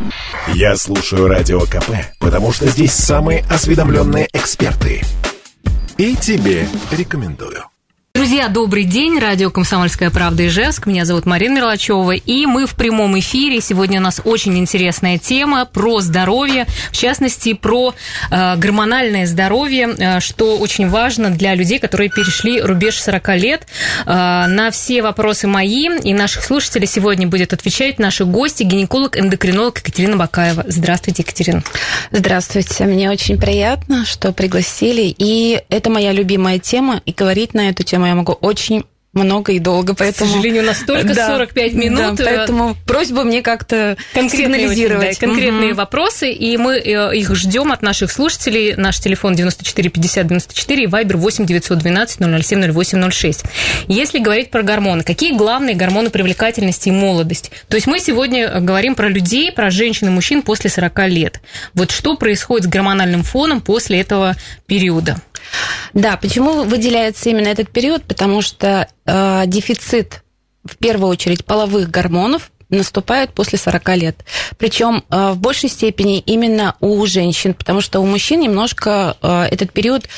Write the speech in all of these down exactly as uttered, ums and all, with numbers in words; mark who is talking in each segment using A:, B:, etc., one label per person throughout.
A: Я слушаю Радио КП, потому что здесь самые осведомленные эксперты. И тебе рекомендую.
B: Друзья, добрый день. Радио «Комсомольская правда» Ижевск. Меня зовут Марина Мерлачева. И мы в прямом эфире. Сегодня у нас очень интересная тема про здоровье. В частности, про э, гормональное здоровье, э, что очень важно для людей, которые перешли рубеж сорок лет. Э, на все вопросы мои и наших слушателей сегодня будет отвечать наши гости, гинеколог-эндокринолог Екатерина Бакаева. Здравствуйте, Екатерина.
C: Здравствуйте. Мне очень приятно, что пригласили. И это моя любимая тема. И говорить на эту тему я могу очень много и долго, поэтому...
B: К сожалению, у нас только
C: да,
B: сорок пять минут.
C: Да, поэтому просьба мне как-то
B: конкретные
C: сигнализировать.
B: Очень, да, конкретные
C: угу.
B: вопросы, и мы их ждем от наших слушателей. Наш телефон девяносто четыре пятьдесят девяносто четыре и вайбер восемь девятьсот двенадцать ноль ноль семь ноль восемь ноль шесть. Если говорить про гормоны, какие главные гормоны привлекательности и молодости? То есть мы сегодня говорим про людей, про женщин и мужчин после сорока лет. Вот что происходит с гормональным фоном после этого периода?
C: Да, почему выделяется именно этот период? Потому что э, дефицит, в первую очередь, половых гормонов наступает после сорока лет. Причем э, в большей степени именно у женщин, потому что у мужчин немножко э, этот период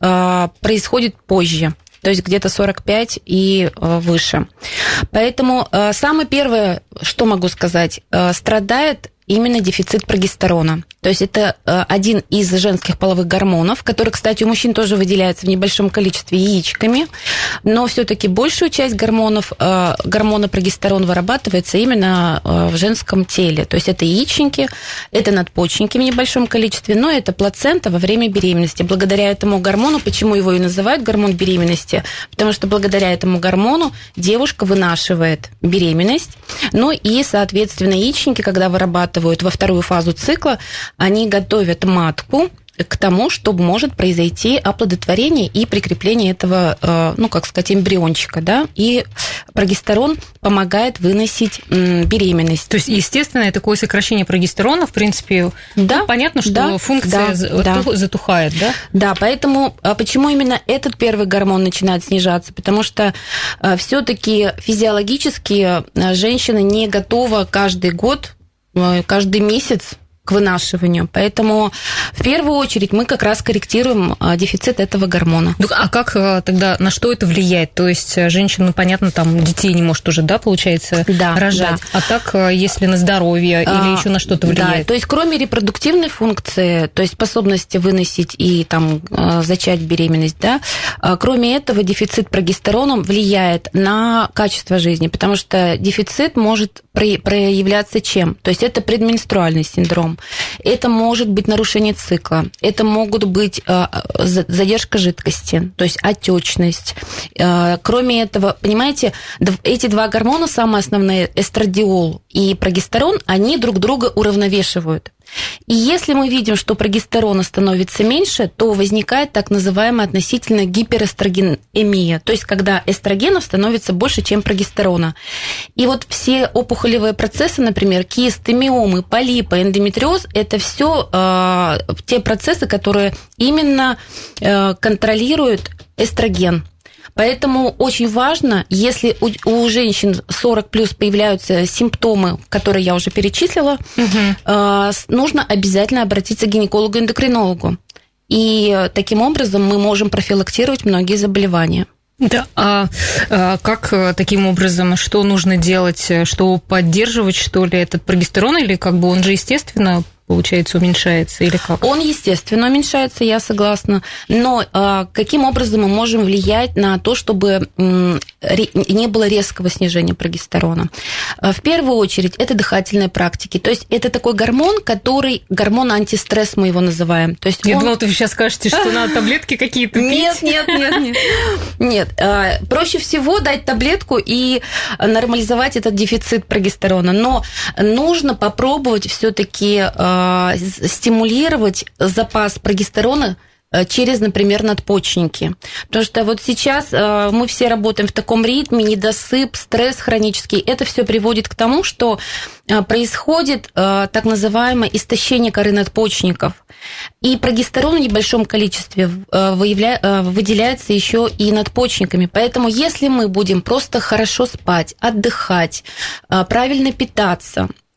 C: э, происходит позже. То есть где-то сорок пять и э, выше. Поэтому э, самое первое, что могу сказать, э, страдает именно дефицит прогестерона. То есть это один из женских половых гормонов, который, кстати, у мужчин тоже выделяется в небольшом количестве яичками, но все-таки большую часть гормонов, гормона прогестерон вырабатывается именно в женском теле. То есть это яичники, это надпочечники в небольшом количестве, но это плацента во время беременности. Благодаря этому гормону, почему его и называют гормон беременности? Потому что благодаря этому гормону девушка вынашивает беременность, ну и, соответственно, яичники, когда вырабатывают во вторую фазу цикла, они готовят матку к тому, что может произойти оплодотворение и прикрепление этого, ну, как сказать, эмбриончика, да, и прогестерон помогает выносить беременность.
B: То есть, естественно, такое сокращение прогестерона, в принципе, да, ну, понятно, что да, функция да, затухает, да?
C: Да, поэтому почему именно этот первый гормон начинает снижаться? Потому что все-таки физиологически женщина не готова каждый год, каждый месяц к вынашиванию. Поэтому в первую очередь мы как раз корректируем дефицит этого гормона.
B: А как тогда, на что это влияет? То есть женщина, ну, понятно, там детей не может уже, да, получается, да, рожать. Да. А так, если на здоровье а, или еще на что-то влияет?
C: Да, то есть кроме репродуктивной функции, то есть способности выносить и там зачать беременность, да, кроме этого дефицит прогестерона влияет на качество жизни, потому что дефицит может проявляться чем? То есть это предменструальный синдром. Это может быть нарушение цикла, это могут быть задержка жидкости, то есть отечность. Кроме этого, понимаете, эти два гормона, самые основные, эстрадиол и прогестерон, они друг друга уравновешивают. И если мы видим, что прогестерона становится меньше, то возникает так называемая относительно гиперэстрогенемия, то есть когда эстрогенов становится больше, чем прогестерона. И вот все опухолевые процессы, например, кисты, миомы, полипы, эндометриоз, это все э, те процессы, которые именно э, контролируют эстроген. Поэтому очень важно, если у, у женщин сорок плюс появляются симптомы, которые я уже перечислила, угу. э, нужно обязательно обратиться к гинекологу-эндокринологу. И таким образом мы можем профилактировать многие заболевания.
B: Да, а, а как таким образом, что нужно делать, что поддерживать, что ли, этот прогестерон, или как бы он же, естественно, получается, уменьшается, или как?
C: Он, естественно, уменьшается, я согласна. Но а, каким образом мы можем влиять на то, чтобы м, ре, не было резкого снижения прогестерона? А, в первую очередь, это дыхательные практики. То есть это такой гормон, который... Гормон антистресс мы его называем. То есть
B: я
C: он...
B: думала, ты сейчас скажете, что надо таблетки какие-то пить.
C: Нет, нет, нет, нет. Нет. А, проще всего дать таблетку и нормализовать этот дефицит прогестерона. Но нужно попробовать все-таки стимулировать запас прогестерона через, например, надпочечники. Потому что вот сейчас мы все работаем в таком ритме, недосып, стресс хронический. Это все приводит к тому, что происходит так называемое истощение коры надпочечников. И прогестерон в небольшом количестве выделяется еще и надпочечниками. Поэтому если мы будем просто хорошо спать, отдыхать, правильно питаться,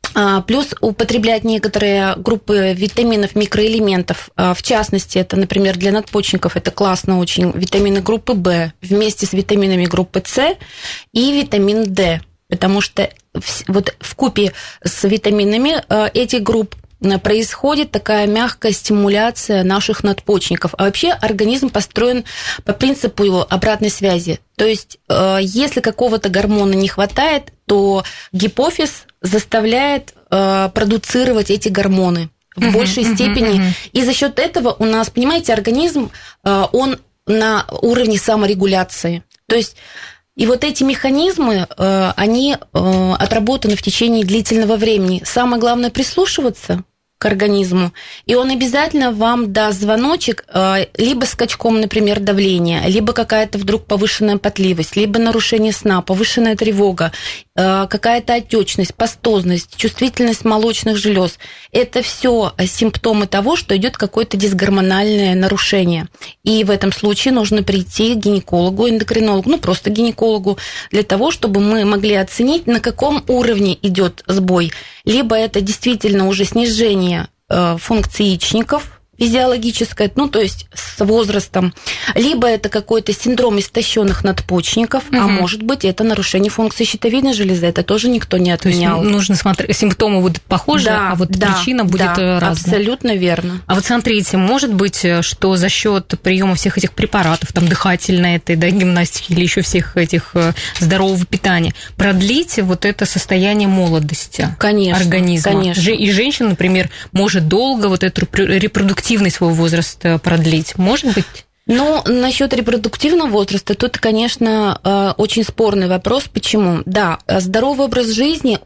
C: Плюс употреблять некоторые группы витаминов, микроэлементов. В частности, это, например, для надпочечников это классно очень. Витамины группы В вместе с витаминами группы С и витамин D. Потому что вот вкупе с витаминами этих групп происходит такая мягкая стимуляция наших надпочечников. А вообще организм построен по принципу его обратной связи. То есть, если какого-то гормона не хватает, то гипофиз заставляет продуцировать эти гормоны в uh-huh, большей uh-huh, степени. Uh-huh. И за счет этого у нас, понимаете, организм, он на уровне саморегуляции. То есть и вот эти механизмы, они отработаны в течение длительного времени. Самое главное прислушиваться к организму, и он обязательно вам даст звоночек либо скачком, например, давления, либо какая-то вдруг повышенная потливость, либо нарушение сна, повышенная тревога, какая-то отечность, пастозность, чувствительность молочных желез. Это все симптомы того, что идет какое-то дисгормональное нарушение. И в этом случае нужно прийти к гинекологу, эндокринологу, ну просто гинекологу, для того, чтобы мы могли оценить, на каком уровне идет сбой. Либо это действительно уже снижение функции яичников, физиологическое, ну, то есть с возрастом, либо это какой-то синдром истощенных надпочечников, угу. а может быть, это нарушение функции щитовидной железы, это тоже никто не отменял.
B: То есть нужно смотреть, симптомы будут похожи, да, а вот да, причина будет да, разная.
C: Абсолютно верно.
B: А вот смотрите, может быть, что за счет приема всех этих препаратов, там, дыхательной этой, да, гимнастики или еще всех этих здорового питания, продлить вот это состояние молодости
C: конечно,
B: организма?
C: Конечно.
B: И женщина, например, может долго вот эту репродуктивную свой возраст продлить, может быть?
C: Ну, насчет репродуктивного возраста, тут, конечно, очень спорный вопрос. Почему? Да, здоровый образ жизни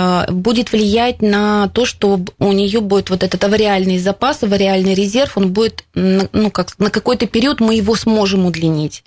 C: будет влиять на то, что у нее будет вот этот авариальный запас, авариальный резерв, он будет, ну, как на какой-то период мы его сможем удлинить.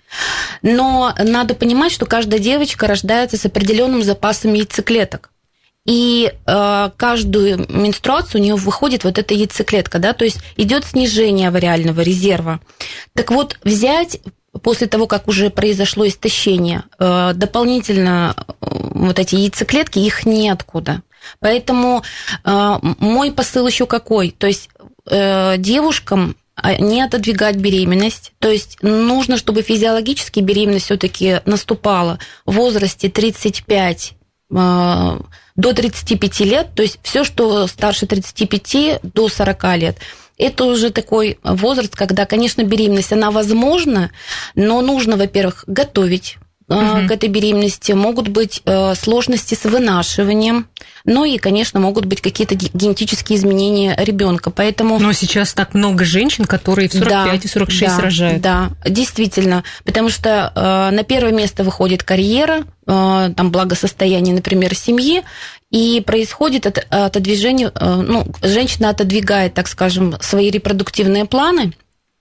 C: Но надо понимать, что каждая девочка рождается с определенным запасом яйцеклеток. И э, каждую менструацию у нее выходит вот эта яйцеклетка, да, то есть идет снижение авариального резерва. Так вот, взять после того, как уже произошло истощение, э, дополнительно э, вот эти яйцеклетки, их неоткуда. Поэтому э, мой посыл еще какой? То есть э, девушкам не отодвигать беременность, то есть нужно, чтобы физиологически беременность все-таки наступала в возрасте тридцать пять э, до тридцати пяти лет, то есть все, что старше тридцати пяти до сорока лет, это уже такой возраст, когда, конечно, беременность, она возможна, но нужно, во-первых, готовить угу. к этой беременности, могут быть сложности с вынашиванием, ну и, конечно, могут быть какие-то генетические изменения ребенка, поэтому...
B: Но сейчас так много женщин, которые в сорок пять и сорок шесть
C: да,
B: рожают.
C: Да, действительно, потому что на первое место выходит карьера, там благосостояние, например, семьи, и происходит отодвижение, ну, женщина отодвигает, так скажем, свои репродуктивные планы,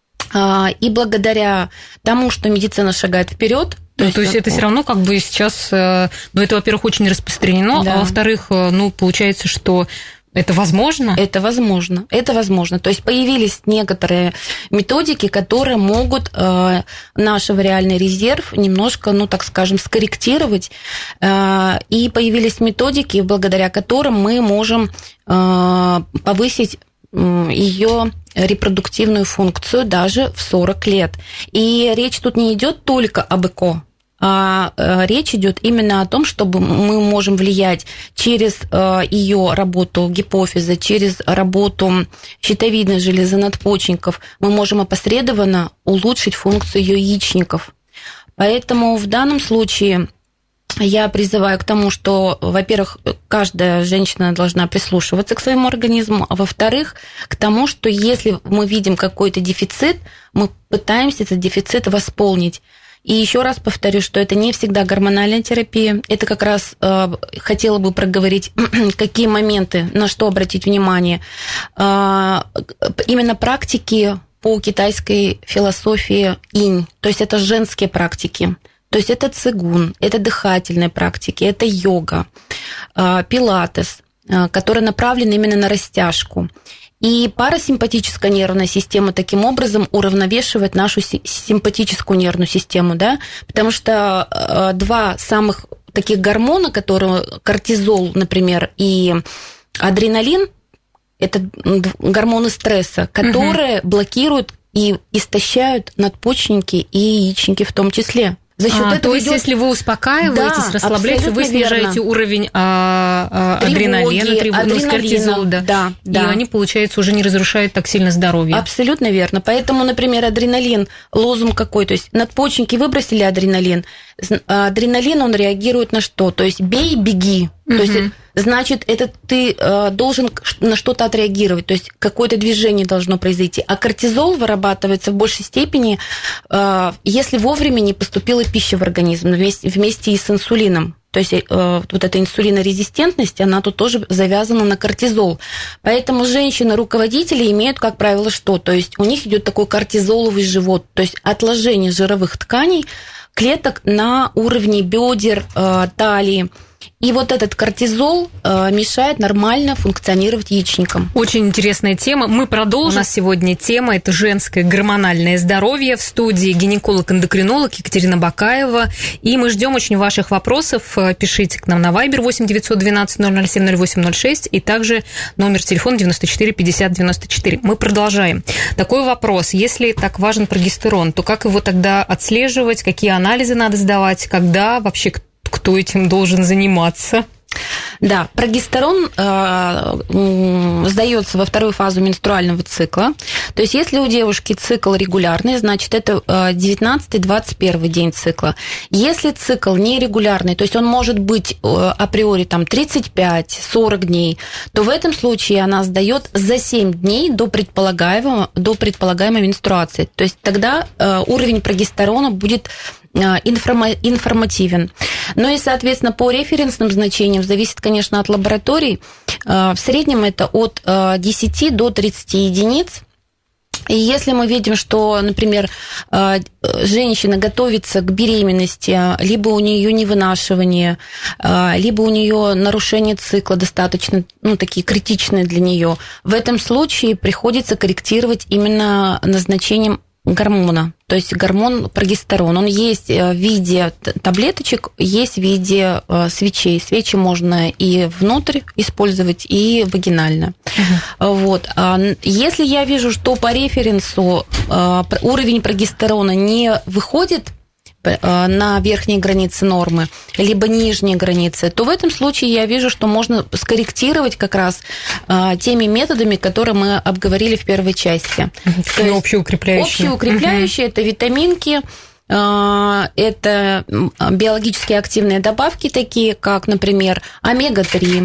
C: и благодаря тому, что медицина шагает вперед.
B: То, ну, есть, то есть это все равно как бы сейчас, ну, это, во-первых, очень распространено, да. а во-вторых, ну, получается, что это возможно?
C: Это возможно, это возможно. То есть появились некоторые методики, которые могут э, наш авариальный резерв немножко, ну, так скажем, скорректировать, э, и появились методики, благодаря которым мы можем э, повысить ее репродуктивную функцию даже в сорок лет. И речь тут не идет только об ЭКО, а речь идет именно о том, чтобы мы можем влиять через ее работу гипофиза, через работу щитовидной железы, надпочечников, мы можем опосредованно улучшить функцию ее яичников. Поэтому в данном случае я призываю к тому, что, во-первых, каждая женщина должна прислушиваться к своему организму, а во-вторых, к тому, что если мы видим какой-то дефицит, мы пытаемся этот дефицит восполнить. И еще раз повторю, что это не всегда гормональная терапия. Это как раз э, хотела бы проговорить, какие моменты, на что обратить внимание. Э, именно практики по китайской философии инь, то есть это женские практики. То есть это цигун, это дыхательные практики, это йога, э, пилатес, э, которые направлены именно на растяжку. И парасимпатическая нервная система таким образом уравновешивает нашу симпатическую нервную систему, да, потому что два самых таких гормона, которые кортизол, например, и Адреналин – это гормоны стресса, которые угу. блокируют и истощают надпочечники и яичники в том числе.
B: За счет а, этого то есть, идет... если вы успокаиваетесь, да, расслабляетесь, вы снижаете верно. уровень а, а, Тревоги, адреналина, тревоги, кортизол, да,
C: да, да.
B: И они, получается, уже не разрушают так сильно здоровье.
C: Абсолютно верно. Поэтому, например, адреналин, лозунг какой, то есть надпочечники выбросили адреналин, адреналин, он реагирует на что? То есть бей, беги. То угу. есть, значит, это ты должен на что-то отреагировать, то есть какое-то движение должно произойти. А кортизол вырабатывается в большей степени, если вовремя не поступила пища в организм вместе, вместе и с инсулином. То есть вот эта инсулинорезистентность, она тут тоже завязана на кортизол. Поэтому женщины-руководители имеют, как правило, что? То есть у них идет такой кортизоловый живот, то есть отложение жировых тканей, клеток на уровне бедер, талии. И вот этот кортизол э, мешает нормально функционировать яичникам.
B: Очень интересная тема. Мы продолжим. У нас сегодня тема – это женское гормональное здоровье. В студии гинеколог-эндокринолог Екатерина Бакаева. И мы ждем очень ваших вопросов. Пишите к нам на Viber восемь девятьсот двенадцать ноль ноль семь ноль восемь ноль шесть и также номер телефона девяносто четыре пятьдесят девяносто четыре. Мы продолжаем. Такой вопрос. Если так важен прогестерон, то как его тогда отслеживать? Какие анализы надо сдавать? Когда вообще кто этим должен заниматься?
C: Да, прогестерон э, сдается во вторую фазу менструального цикла. То есть, если у девушки цикл регулярный, значит, это девятнадцатый двадцать первый день цикла. Если цикл нерегулярный, то есть он может быть э, априори там, тридцать пять сорок дней, то в этом случае она сдает за семь дней до предполагаемого, до предполагаемой менструации. То есть тогда э, уровень прогестерона будет информативен. Ну и, соответственно, по референсным значениям, зависит, конечно, от лабораторий, в среднем это от десяти до тридцати единиц. И если мы видим, что, например, женщина готовится к беременности, либо у нее невынашивание, либо у нее нарушение цикла достаточно, ну, такие критичные для нее, в этом случае приходится корректировать именно назначением гормона, то есть гормон прогестерон. Он есть в виде таблеточек, есть в виде свечей. Свечи можно и внутрь использовать, и вагинально. Угу. Вот. Если я вижу, что по референсу уровень прогестерона не выходит на верхние границы нормы, либо нижние границы, то в этом случае я вижу, что можно скорректировать как раз теми методами, которые мы обговорили в первой части.
B: Какие общеукрепляющие?
C: Общеукрепляющие – это витаминки, это биологически активные добавки, такие как, например, омега три.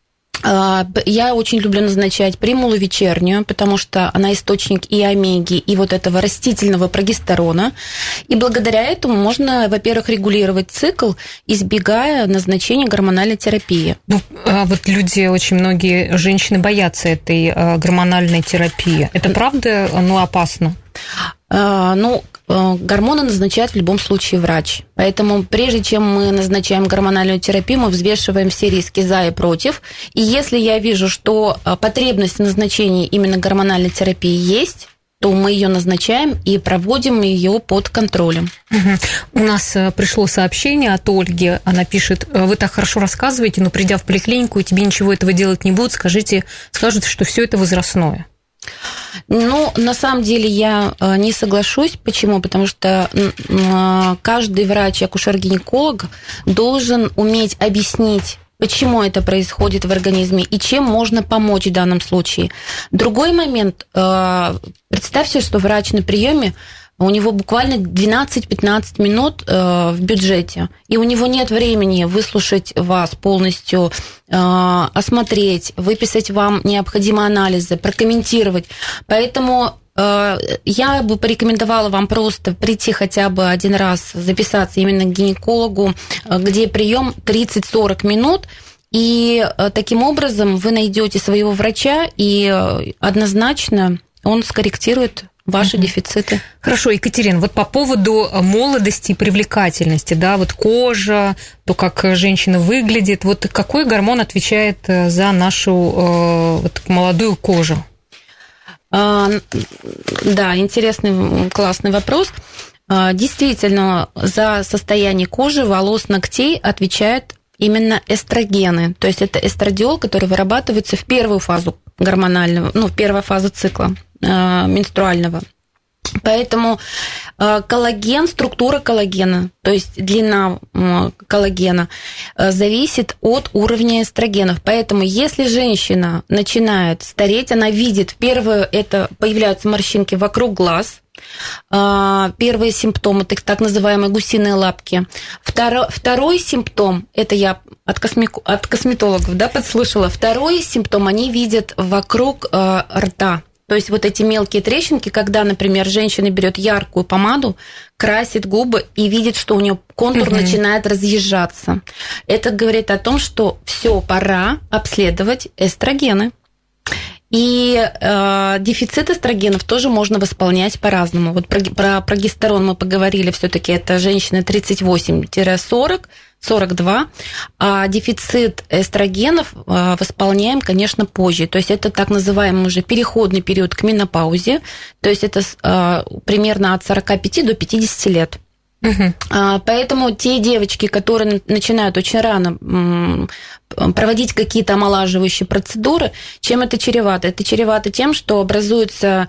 C: Я очень люблю назначать примулу вечернюю, потому что она источник и омеги, и вот этого растительного прогестерона. И благодаря этому можно, во-первых, регулировать цикл, избегая назначения гормональной терапии.
B: Ну, а вот люди, очень многие женщины боятся этой гормональной терапии. Это правда, ну, опасно?
C: Ну, гормоны назначает в любом случае врач. Поэтому прежде чем мы назначаем гормональную терапию, мы взвешиваем все риски за и против. И если я вижу, что потребность в назначении именно гормональной терапии есть, то мы ее назначаем и проводим ее под контролем.
B: Угу. У нас пришло сообщение от Ольги. Она пишет: вы так хорошо рассказываете, но придя в поликлинику, тебе ничего этого делать не будут, скажите, скажут, что все это возрастное.
C: Ну, на самом деле я не соглашусь. Почему? Потому что каждый врач, акушер-гинеколог должен уметь объяснить, почему это происходит в организме и чем можно помочь в данном случае. Другой момент. Представьте, что врач на приеме, у него буквально двенадцать-пятнадцать минут в бюджете, и у него нет времени выслушать вас полностью, осмотреть, выписать вам необходимые анализы, прокомментировать. Поэтому я бы порекомендовала вам просто прийти хотя бы один раз, записаться именно к гинекологу, где прием тридцать-сорок минут, и таким образом вы найдете своего врача, и однозначно он скорректирует ваши mm-hmm. дефициты.
B: Хорошо, Екатерина, вот по поводу молодости и привлекательности, да, вот кожа, то, как женщина выглядит, вот какой гормон отвечает за нашу вот, молодую кожу?
C: А, да, интересный, классный вопрос. Действительно, за состояние кожи, волос, ногтей отвечает именно эстрогены. То есть это эстрадиол, который вырабатывается в первую фазу гормонального, ну, в первую фазу цикла э, менструального. Поэтому э, коллаген, структура коллагена, то есть длина э, коллагена, э, зависит от уровня эстрогенов. Поэтому если женщина начинает стареть, она видит, первое, это появляются морщинки вокруг глаз, э, первые симптомы, это так называемые гусиные лапки. Второй, второй симптом, это я от, косми, от косметологов, да, подслушала, второй симптом они видят вокруг э, рта. То есть вот эти мелкие трещинки, когда, например, женщина берет яркую помаду, красит губы и видит, что у нее контур угу. начинает разъезжаться. Это говорит о том, что все, пора обследовать эстрогены. И э, дефицит эстрогенов тоже можно восполнять по-разному. Вот про, про прогестерон мы поговорили, все-таки это женщины тридцать восемь сорок, сорок два, а дефицит эстрогенов э, восполняем, конечно, позже. То есть это так называемый уже переходный период к менопаузе, то есть это э, примерно от сорока пяти до пятидесяти лет. Угу. Поэтому те девочки, которые начинают очень рано проводить какие-то омолаживающие процедуры, чем это чревато? Это чревато тем, что образуется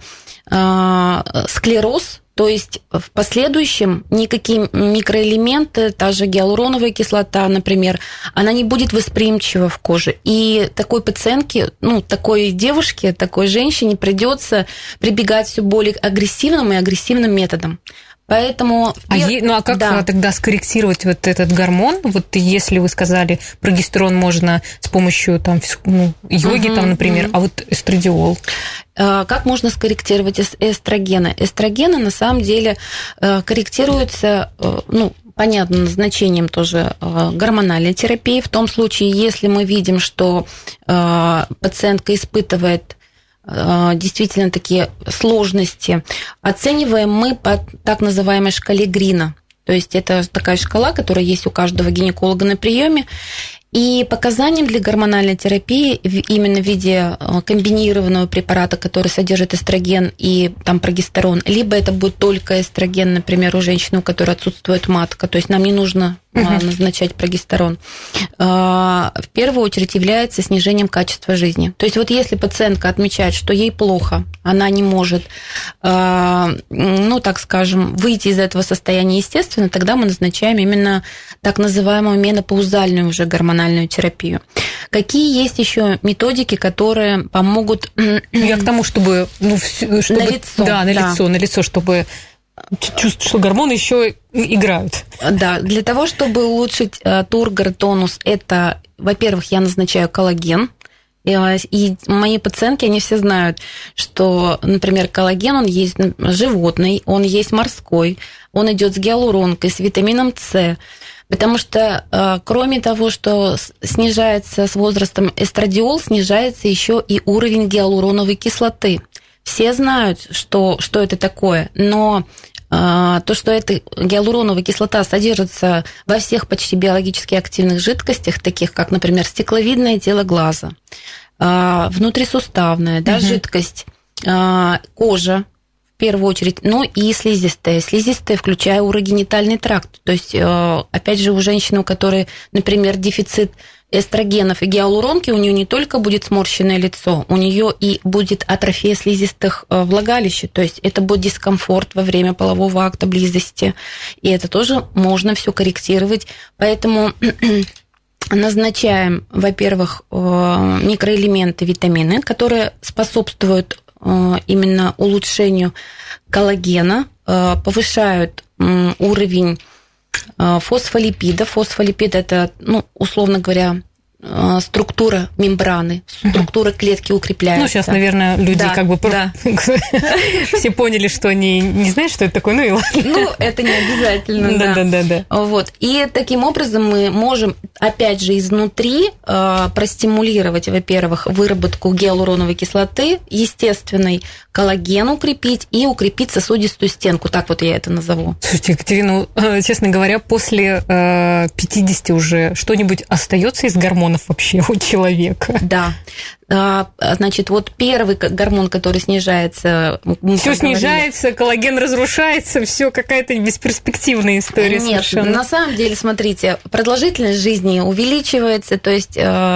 C: склероз, то есть в последующем никакие микроэлементы, та же гиалуроновая кислота, например, она не будет восприимчива в коже. И такой пациентке, ну, такой девушке, такой женщине придется прибегать все более агрессивным и агрессивным методом. Поэтому...
B: А е... Ну, а как да. тогда скорректировать вот этот гормон? Вот если вы сказали, прогестерон можно с помощью там, ну, йоги, угу, там, например, угу. а вот эстрадиол?
C: Как можно скорректировать эстрогены? Эстрогены, на самом деле, корректируются, ну, понятно, назначением тоже гормональной терапии. В том случае, если мы видим, что пациентка испытывает действительно такие сложности, оцениваем мы по так называемой шкале Грина. То есть это такая шкала, которая есть у каждого гинеколога на приеме. И показанием для гормональной терапии именно в виде комбинированного препарата, который содержит эстроген и там прогестерон, либо это будет только эстроген, например, у женщины, у которой отсутствует матка, то есть нам не нужно uh-huh. назначать прогестерон, в первую очередь является снижением качества жизни. То есть вот если пациентка отмечает, что ей плохо, она не может, ну, так скажем, выйти из этого состояния естественно, тогда мы назначаем именно так называемую менопаузальную уже гормональную терапию. Какие есть еще методики, которые помогут...
B: Я к тому, чтобы... Ну, чтобы... На лицо. Да, на да. лицо, на лицо, чтобы... чувствовать, что гормоны еще играют.
C: Да, для того, чтобы улучшить тургор, тонус, это, во-первых, я назначаю коллаген. И мои пациентки, они все знают, что, например, коллаген, он есть животный, он есть морской, он идет с гиалуронкой, с витамином С. Потому что, кроме того, что снижается с возрастом эстрадиол, снижается еще и уровень гиалуроновой кислоты. Все знают, что, что это такое, но а, то, что эта гиалуроновая кислота содержится во всех почти биологически активных жидкостях, таких как, например, стекловидное тело глаза, а, внутрисуставная да, угу. жидкость, а, кожа, в первую очередь, ну и слизистая. Слизистая, включая урогенитальный тракт. То есть, опять же, у женщины, у которой, например, дефицит эстрогенов и гиалуронки, у нее не только будет сморщенное лицо, у нее и будет атрофия слизистых влагалища. То есть это будет дискомфорт во время полового акта, близости. И это тоже можно все корректировать. Поэтому назначаем, во-первых, микроэлементы, витамины, которые способствуют именно улучшению коллагена, повышают уровень фосфолипидов. Фосфолипид – это, ну, условно говоря, структура мембраны, структура клетки укрепляется.
B: Ну, сейчас, наверное, люди да, как бы да. все поняли, что они не знают, что это такое, ну и ладно.
C: Ну, это не обязательно, да.
B: Да, да, да.
C: Вот. И таким образом мы можем, опять же, изнутри простимулировать, во-первых, выработку гиалуроновой кислоты, естественной, коллаген укрепить и укрепить сосудистую стенку, так вот я это назову.
B: Слушайте, Екатерина, честно говоря, после пятидесяти уже что-нибудь остается из гормонов вообще у человека?
C: Да. значит, вот первый гормон, который снижается...
B: Все снижается, коллаген разрушается, все какая-то бесперспективная история.
C: Нет,
B: совершенно.
C: На самом деле, смотрите, продолжительность жизни увеличивается, то есть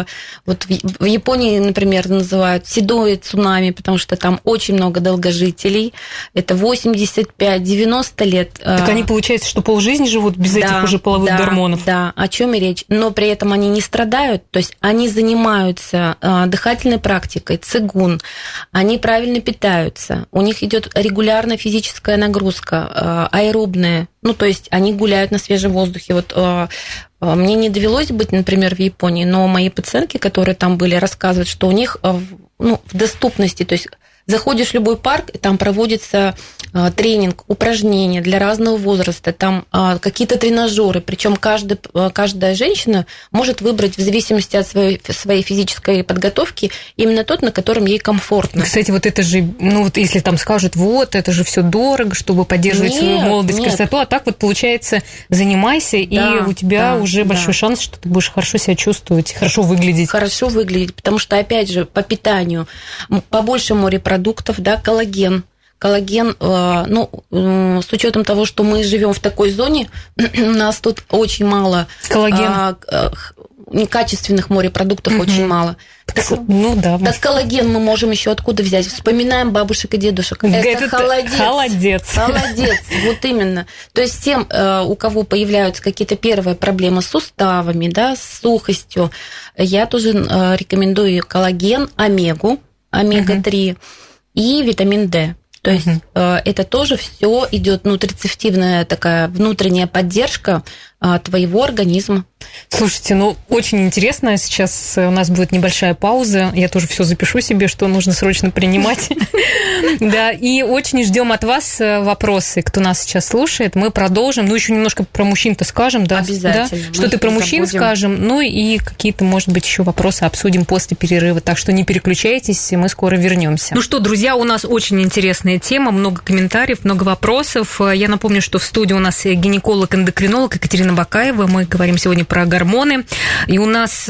C: вот в Японии, например, называют седое цунами, потому что там очень много долгожителей, это восемьдесят пять - девяносто лет.
B: Так они, получается, что полжизни живут без да, этих уже половых
C: да,
B: гормонов?
C: Да, о чем и речь. Но при этом они не страдают, то есть они занимаются дыхательной практикой, цигун, они правильно питаются, у них идет регулярная физическая нагрузка, аэробная, ну, то есть они гуляют на свежем воздухе. Вот мне не довелось быть, например, в Японии, но мои пациентки, которые там были, рассказывают, что у них ну, в доступности, то есть заходишь в любой парк, и там проводится тренинг, упражнения для разного возраста, там какие-то тренажеры, причем каждый, каждая женщина может выбрать в зависимости от своей, своей физической подготовки именно тот, на котором ей комфортно.
B: Кстати, вот это же, ну вот если там скажут, вот, это же все дорого, чтобы поддерживать нет, свою молодость, нет. красоту, а так вот получается, занимайся, да, и у тебя да, уже да. большой шанс, что ты будешь хорошо себя чувствовать, хорошо выглядеть.
C: Хорошо выглядеть, потому что, опять же, по питанию, побольше морепродуктов, да, коллаген, Коллаген, ну, с учетом того, что мы живем в такой зоне, у нас тут очень мало
B: коллаген.
C: Некачественных морепродуктов, угу. очень мало. Так,
B: ну да.
C: Так коллаген мы можем еще откуда взять? Вспоминаем бабушек и дедушек. Это,
B: Это холодец. Холодец.
C: Холодец, вот именно. То есть тем, у кого появляются какие-то первые проблемы с суставами, да, с сухостью, я тоже рекомендую коллаген, омегу, омега три угу. и витамин D. То есть угу. это тоже все идет нутрицептивная такая внутренняя поддержка твоего организма.
B: Слушайте, ну очень интересно. Сейчас у нас будет небольшая пауза. Я тоже все запишу себе, что нужно срочно принимать. Да, и очень ждем от вас вопросы, кто нас сейчас слушает. Мы продолжим. Ну, еще немножко про мужчин-то скажем, да?
C: Обязательно.
B: Что-то про мужчин скажем. Ну и какие-то, может быть, еще вопросы обсудим после перерыва. Так что не переключайтесь, мы скоро вернемся. Ну что, друзья, у нас очень интересная тема, много комментариев, много вопросов. Я напомню, что в студии у нас гинеколог-эндокринолог Екатерина Бакаева. Мы говорим сегодня про гормоны. И у нас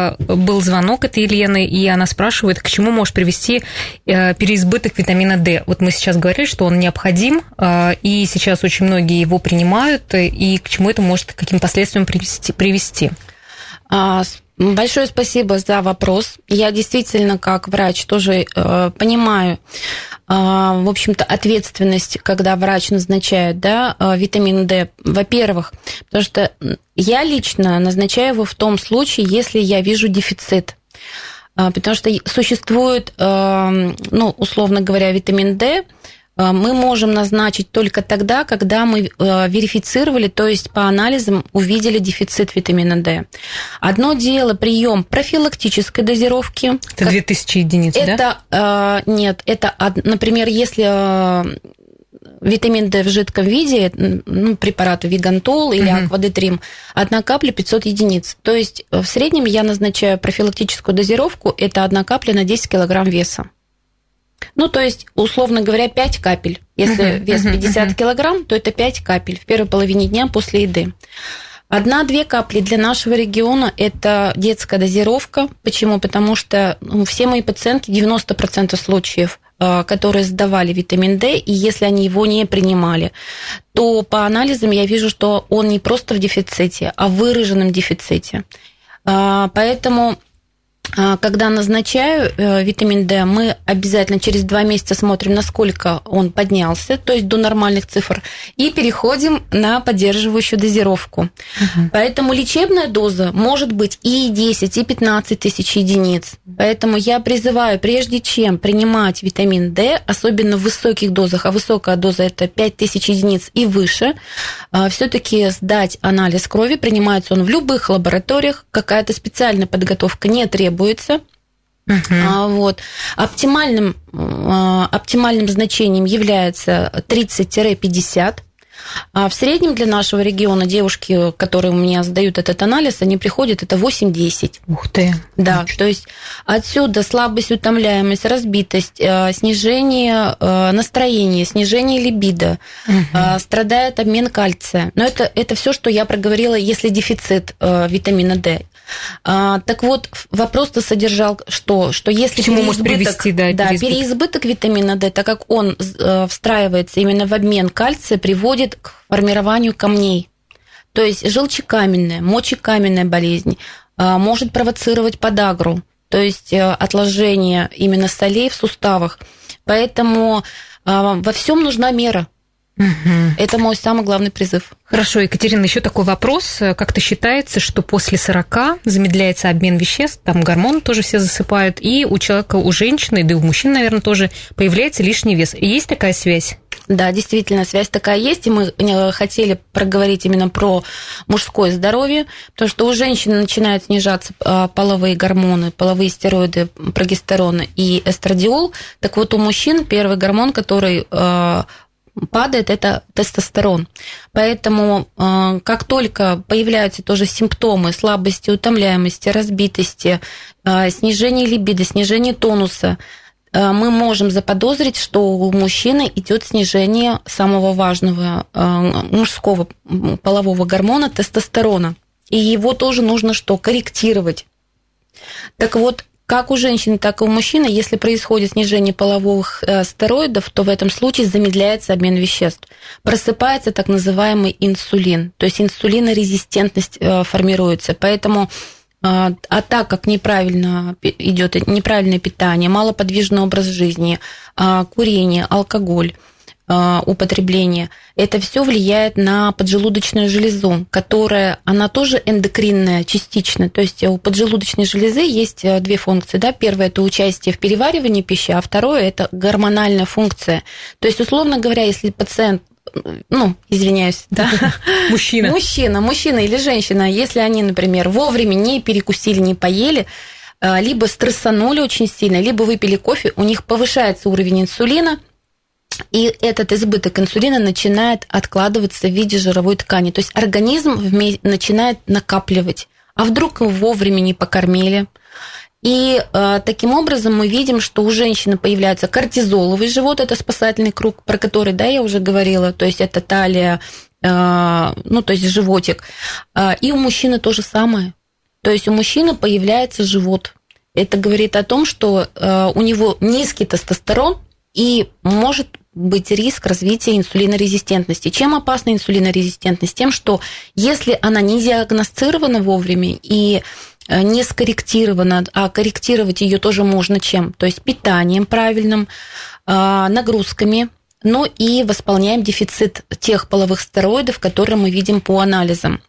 B: был звонок от Елены, и она спрашивает, к чему может привести переизбыток витамина D. Вот мы сейчас говорили, что он необходим, и сейчас очень многие его принимают, и к чему это может, к каким последствиям привести?
C: Большое спасибо за вопрос. Я действительно, как врач, тоже э, понимаю, э, в общем-то, ответственность, когда врач назначает, да, э, витамин D. Во-первых, потому что я лично назначаю его в том случае, если я вижу дефицит. Э, потому что существует, э, ну, условно говоря, витамин D, мы можем назначить только тогда, когда мы верифицировали, то есть по анализам увидели дефицит витамина D. Одно дело прием профилактической дозировки.
B: Это две тысячи единиц,
C: это,
B: да?
C: Нет, это, например, если витамин D в жидком виде, ну, препараты Вигантол или угу. Аквадетрим, одна капля пятьсот единиц. То есть в среднем я назначаю профилактическую дозировку, это одна капля на десять килограмм веса. Ну, то есть, условно говоря, пять капель. Если uh-huh, вес пятьдесят uh-huh. килограмм, то это пять капель в первой половине дня после еды. Одна-две капли для нашего региона – это детская дозировка. Почему? Потому что ну, все мои пациентки, девяносто процентов случаев, которые сдавали витамин D, и если они его не принимали, то по анализам я вижу, что он не просто в дефиците, а в выраженном дефиците. Поэтому... Когда назначаю витамин D, мы обязательно через два месяца смотрим, насколько он поднялся, то есть до нормальных цифр, и переходим на поддерживающую дозировку. Угу. Поэтому лечебная доза может быть и десять, и пятнадцать тысяч единиц. Поэтому я призываю, прежде чем принимать витамин D, особенно в высоких дозах, а высокая доза – это пять тысяч единиц и выше, все-таки сдать анализ крови. Принимается он в любых лабораториях, какая-то специальная подготовка не требуется. Uh-huh. Вот. Оптимальным, оптимальным значением является тридцать-пятьдесят. А в среднем для нашего региона девушки, которые у меня сдают этот анализ, они приходят, это восемь-десять.
B: Ух ты!
C: Да, то есть отсюда слабость, утомляемость, разбитость, снижение настроения, снижение либидо, угу. страдает обмен кальция. Но это, это все, что я проговорила, если дефицит витамина D. А, так вот, вопрос-то содержал что? Что если
B: Почему может привести, да,
C: да, переизбыток. переизбыток витамина D, так как он встраивается именно в обмен кальция, приводит к формированию камней. То есть желчекаменная, мочекаменная болезнь а, может провоцировать подагру, то есть отложение именно солей в суставах. Поэтому а, во всем нужна мера. Угу. Это мой самый главный призыв.
B: Хорошо, Екатерина, еще такой вопрос. Как-то считается, что после сорока замедляется обмен веществ, там гормоны тоже все засыпают, и у человека, у женщины, да и у мужчин, наверное, тоже появляется лишний вес. И есть такая связь?
C: Да, действительно, связь такая есть, и мы хотели проговорить именно про мужское здоровье, потому что у женщин начинают снижаться половые гормоны, половые стероиды, прогестерон и эстрадиол. Так вот, у мужчин первый гормон, который падает, это тестостерон. Поэтому как только появляются тоже симптомы слабости, утомляемости, разбитости, снижение либидо, снижение тонуса, мы можем заподозрить, что у мужчины идет снижение самого важного мужского полового гормона тестостерона. И его тоже нужно что? Корректировать. Так вот, как у женщины, так и у мужчины, если происходит снижение половых стероидов, то в этом случае замедляется обмен веществ. Просыпается так называемый инсулин, то есть инсулинорезистентность формируется. Поэтому, а так как неправильно идет неправильное питание, малоподвижный образ жизни, курение, алкоголь, употребление, это все влияет на поджелудочную железу, которая, она тоже эндокринная частично, то есть у поджелудочной железы есть две функции, да, первое – это участие в переваривании пищи, а второе – это гормональная функция, то есть, условно говоря, если пациент, ну, извиняюсь, да,
B: мужчина.
C: мужчина, мужчина или женщина, если они, например, вовремя не перекусили, не поели, либо стрессанули очень сильно, либо выпили кофе, у них повышается уровень инсулина, и этот избыток инсулина начинает откладываться в виде жировой ткани. То есть организм начинает накапливать. А вдруг его вовремя не покормили? И э, таким образом мы видим, что у женщины появляется кортизоловый живот, это спасательный круг, про который, да, я уже говорила, то есть это талия, э, ну, то есть животик. Э, и у мужчины то же самое. То есть у мужчины появляется живот. Это говорит о том, что э, у него низкий тестостерон, и может быть риск развития инсулинорезистентности. Чем опасна инсулинорезистентность? Тем, что если она не диагностирована вовремя и не скорректирована, а корректировать ее тоже можно чем? То есть питанием правильным, нагрузками, но и восполняем дефицит тех половых стероидов, которые мы видим по анализам.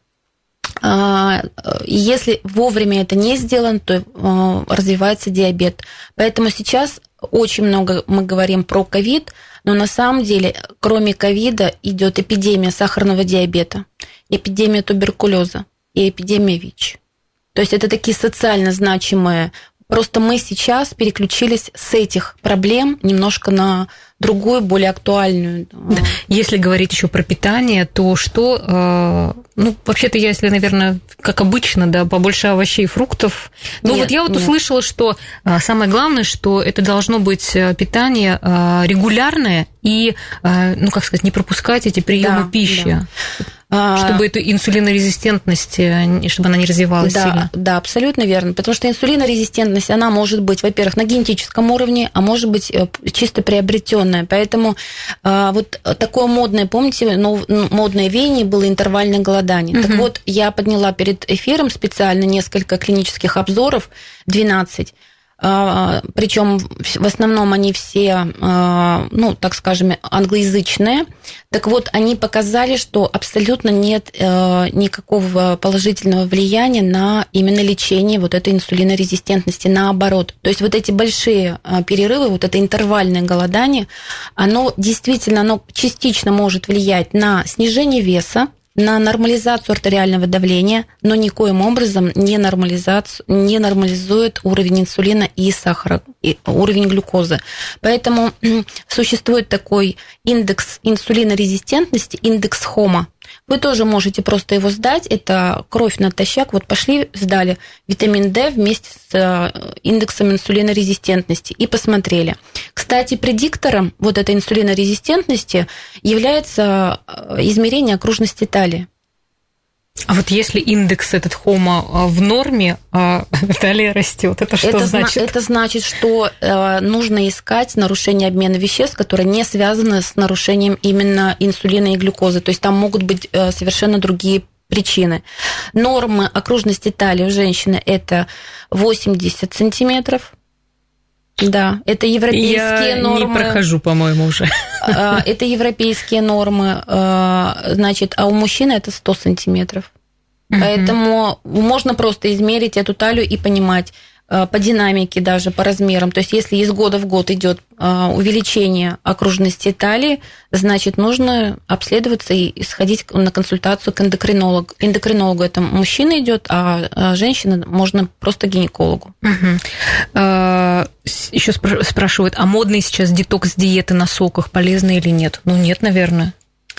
C: Если вовремя это не сделано, то развивается диабет. Поэтому сейчас очень много мы говорим про ковид, но на самом деле, кроме ковида, идет эпидемия сахарного диабета, эпидемия туберкулеза и эпидемия ВИЧ. То есть это такие социально значимые. Просто мы сейчас переключились с этих проблем немножко на другую, более актуальную.
B: Да. Если говорить еще про питание, то что, ну, вообще-то, если, наверное, как обычно, да, побольше овощей и фруктов. Ну, вот я вот нет. услышала, что самое главное, что это должно быть питание регулярное и, ну, как сказать, не пропускать эти приемы да, пищи. Да. Чтобы эту инсулинорезистентность, чтобы она не развивалась
C: да,
B: сильно.
C: Да, абсолютно верно. Потому что инсулинорезистентность, она может быть, во-первых, на генетическом уровне, а может быть чисто приобретенная. Поэтому вот такое модное, помните, модное веяние было интервальное голодание. Угу. Так вот, я подняла перед эфиром специально несколько клинических обзоров, двенадцать. Причем в основном они все, ну, так скажем, англоязычные. Так вот, они показали, что абсолютно нет никакого положительного влияния на именно лечение вот этой инсулинорезистентности, наоборот. То есть вот эти большие перерывы, вот это интервальное голодание, оно действительно, оно частично может влиять на снижение веса, на нормализацию артериального давления, но никоим образом не, нормализацию, не нормализует уровень инсулина и сахара, и уровень глюкозы. Поэтому существует такой индекс инсулинорезистентности, индекс хома. Вы тоже можете просто его сдать, это кровь натощак, вот пошли, сдали витамин D вместе с индексом инсулинорезистентности и посмотрели. Кстати, предиктором вот этой инсулинорезистентности является измерение окружности талии.
B: А вот если индекс этот хомо в норме, а талия растет, это что
C: это
B: значит?
C: Зна- это значит, что э, нужно искать нарушение обмена веществ, которые не связаны с нарушением именно инсулина и глюкозы. То есть там могут быть э, совершенно другие причины. Нормы окружности талии у женщины – это восемьдесят сантиметров. Да, это европейские
B: Я
C: нормы.
B: Я не прохожу, по-моему, уже.
C: Это европейские нормы, значит, а у мужчины это сто сантиметров. Uh-huh. Поэтому можно просто измерить эту талию и понимать по динамике, даже по размерам. То есть, если из года в год идет увеличение окружности талии, значит, нужно обследоваться и сходить на консультацию к эндокринологу. Эндокринологу это мужчина идет, а женщина можно просто к гинекологу.
B: Uh-huh. Еще спрашивают, а модные сейчас детокс-диеты на соках полезны или нет? Ну, нет, наверное.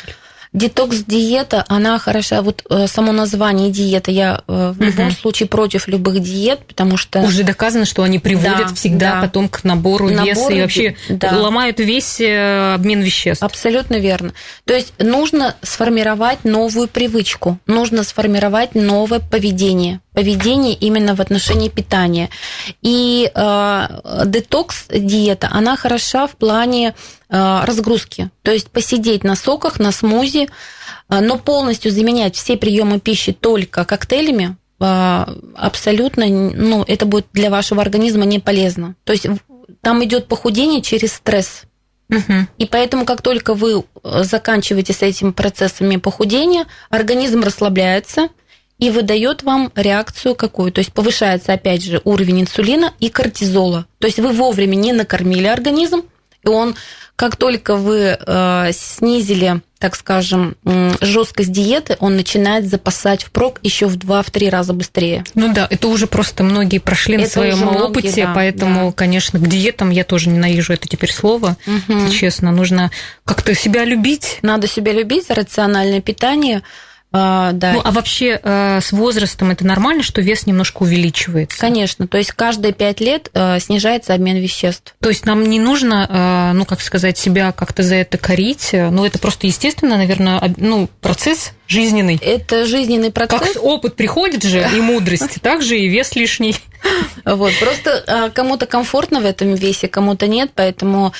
C: Детокс-диета, она хороша. Вот само название диета, я в любом угу. случае против любых диет, потому что...
B: Уже доказано, что они приводят да, всегда да. потом к набору, набору веса и вообще да. ломают весь обмен веществ.
C: Абсолютно верно. То есть нужно сформировать новую привычку, нужно сформировать новое поведение. Поведение именно в отношении питания. И э, детокс-диета, она хороша в плане э, разгрузки. То есть посидеть на соках, на смузи, э, но полностью заменять все приемы пищи только коктейлями, э, абсолютно, ну, это будет для вашего организма не полезно. То есть там идет похудение через стресс. Угу. И поэтому, как только вы заканчиваете с этими процессами похудения, организм расслабляется и выдает вам реакцию какую? То есть повышается, опять же, уровень инсулина и кортизола. То есть вы вовремя не накормили организм, и он, как только вы э, снизили, так скажем, жесткость диеты, он начинает запасать впрок еще в два-три раза быстрее.
B: Ну да, это уже просто многие прошли это на своем опыте, многие, да, поэтому, да. конечно, к диетам я тоже ненавижу это теперь слово, угу. честно. Нужно как-то себя любить.
C: Надо себя любить, рациональное питание. А, да.
B: Ну, а вообще э, с возрастом это нормально, что вес немножко увеличивается?
C: Конечно, то есть каждые пять лет э, снижается обмен веществ.
B: То есть нам не нужно, э, ну, как сказать, себя как-то за это корить, ну, это просто естественно, наверное, ну, процесс жизненный.
C: Это жизненный процесс.
B: Как опыт приходит же, и мудрость, так же и вес лишний.
C: Вот, просто кому-то комфортно в этом весе, кому-то нет, поэтому,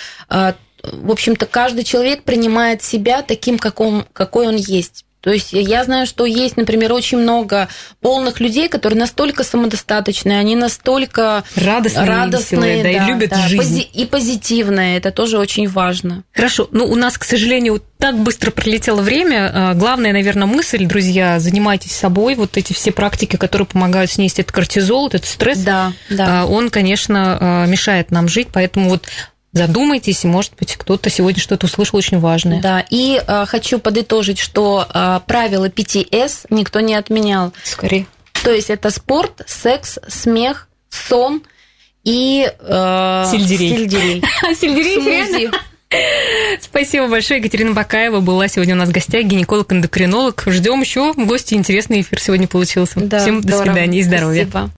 C: в общем-то, каждый человек принимает себя таким, каком, какой он есть. То есть я знаю, что есть, например, очень много полных людей, которые настолько самодостаточные, они настолько
B: радостные, радостные веселые, да, да, и любят да, жизнь.
C: И позитивные, это тоже очень важно.
B: Хорошо, ну у нас, к сожалению, так быстро пролетело время. Главная, наверное, мысль, друзья, занимайтесь собой. Вот эти все практики, которые помогают снизить этот кортизол, этот стресс, да, да. он, конечно, мешает нам жить, поэтому вот задумайтесь, и, может быть, кто-то сегодня что-то услышал очень важное.
C: Да, и э, хочу подытожить, что э, правила пяти эс никто не отменял.
B: Скорее.
C: То есть это спорт, секс, смех, сон и э,
B: сельдерей.
C: Сельдерей.
B: Сельдерей, Спасибо большое. Екатерина Бакаева была сегодня у нас в гостях, гинеколог-эндокринолог. Ждем еще гостей. Интересный эфир сегодня получился. Да, Всем здорово. До свидания и здоровья.
C: Спасибо.